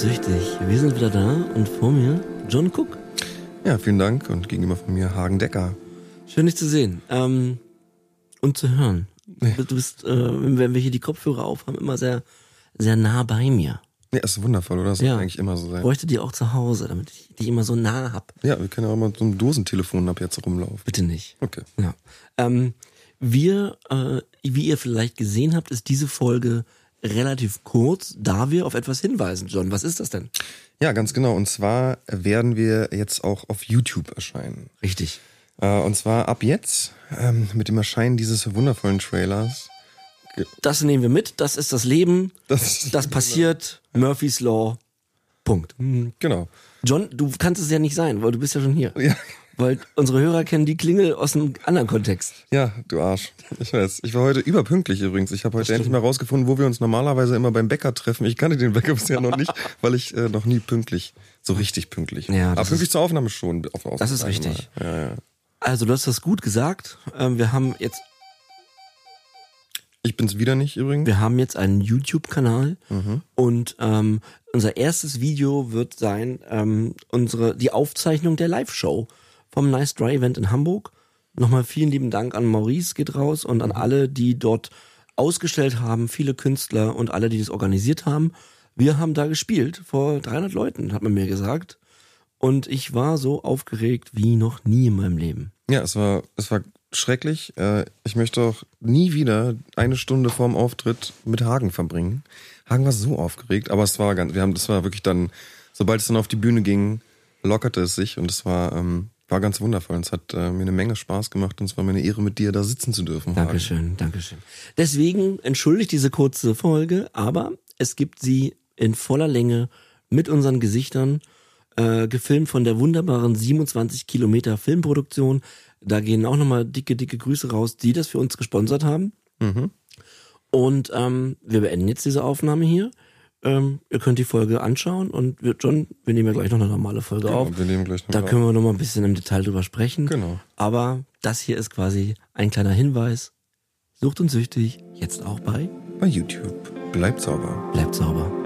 süchtig. Wir sind wieder da und vor mir John Cook. Ja, vielen Dank und gegenüber von mir Hagen Decker. Schön, dich zu sehen und zu hören. Du bist, wenn wir hier die Kopfhörer aufhaben, immer sehr, sehr nah bei mir. Ja, ist wundervoll, oder? Das soll eigentlich immer so sein. Ich bräuchte die auch zu Hause, damit ich die immer so nah hab. Ja, wir können ja auch mal so ein Dosentelefon ab jetzt rumlaufen. Bitte nicht. Okay. Ja. Wir, wie ihr vielleicht gesehen habt, ist diese Folge relativ kurz, da wir auf etwas hinweisen. John, was ist das denn? Ja, ganz genau. Und zwar werden wir jetzt auch auf YouTube erscheinen. Richtig. Und zwar ab jetzt, mit dem Erscheinen dieses wundervollen Trailers. Das nehmen wir mit, das ist das Leben, Das passiert, Murphy's Law, Punkt. Genau. John, du kannst es ja nicht sein, weil du bist ja schon hier. Ja. Weil unsere Hörer kennen die Klingel aus einem anderen Kontext. Ja, du Arsch. Ich weiß. Ich war heute überpünktlich übrigens. Ich habe heute endlich mal rausgefunden, wo wir uns normalerweise immer beim Bäcker treffen. Ich kannte den Bäcker bisher noch nicht, weil ich noch nie so richtig pünktlich. Ja, aber pünktlich zur Aufnahme schon. Das ist richtig. Ja. Also du hast das gut gesagt. Wir haben jetzt wieder nicht übrigens. Wir haben jetzt einen YouTube-Kanal und unser erstes Video wird sein die Aufzeichnung der Live-Show vom Nice Dry Event in Hamburg. Nochmal vielen lieben Dank an Maurice geht raus und an alle, die dort ausgestellt haben, viele Künstler und alle, die das organisiert haben. Wir haben da gespielt vor 300 Leuten, hat man mir gesagt. Und ich war so aufgeregt wie noch nie in meinem Leben. Ja, es war schrecklich. Ich möchte auch nie wieder eine Stunde vorm Auftritt mit Hagen verbringen. Hagen war so aufgeregt, aber das war wirklich dann, sobald es dann auf die Bühne ging, lockerte es sich und es war ganz wundervoll. Und es hat mir eine Menge Spaß gemacht und es war mir eine Ehre, mit dir da sitzen zu dürfen. Dankeschön. Deswegen entschuldigt diese kurze Folge, aber es gibt sie in voller Länge mit unseren Gesichtern, gefilmt von der wunderbaren 27 Kilometer Filmproduktion. Da gehen auch nochmal dicke Grüße raus, die das für uns gesponsert haben. Und wir beenden jetzt diese Aufnahme hier. Ihr könnt die Folge anschauen und wir nehmen ja gleich noch eine normale Folge auf. Wir nehmen gleich da können wir noch mal ein bisschen im Detail drüber sprechen. Genau. Aber das hier ist quasi ein kleiner Hinweis. Sucht und süchtig, jetzt auch bei YouTube. Bleibt sauber. Bleibt sauber.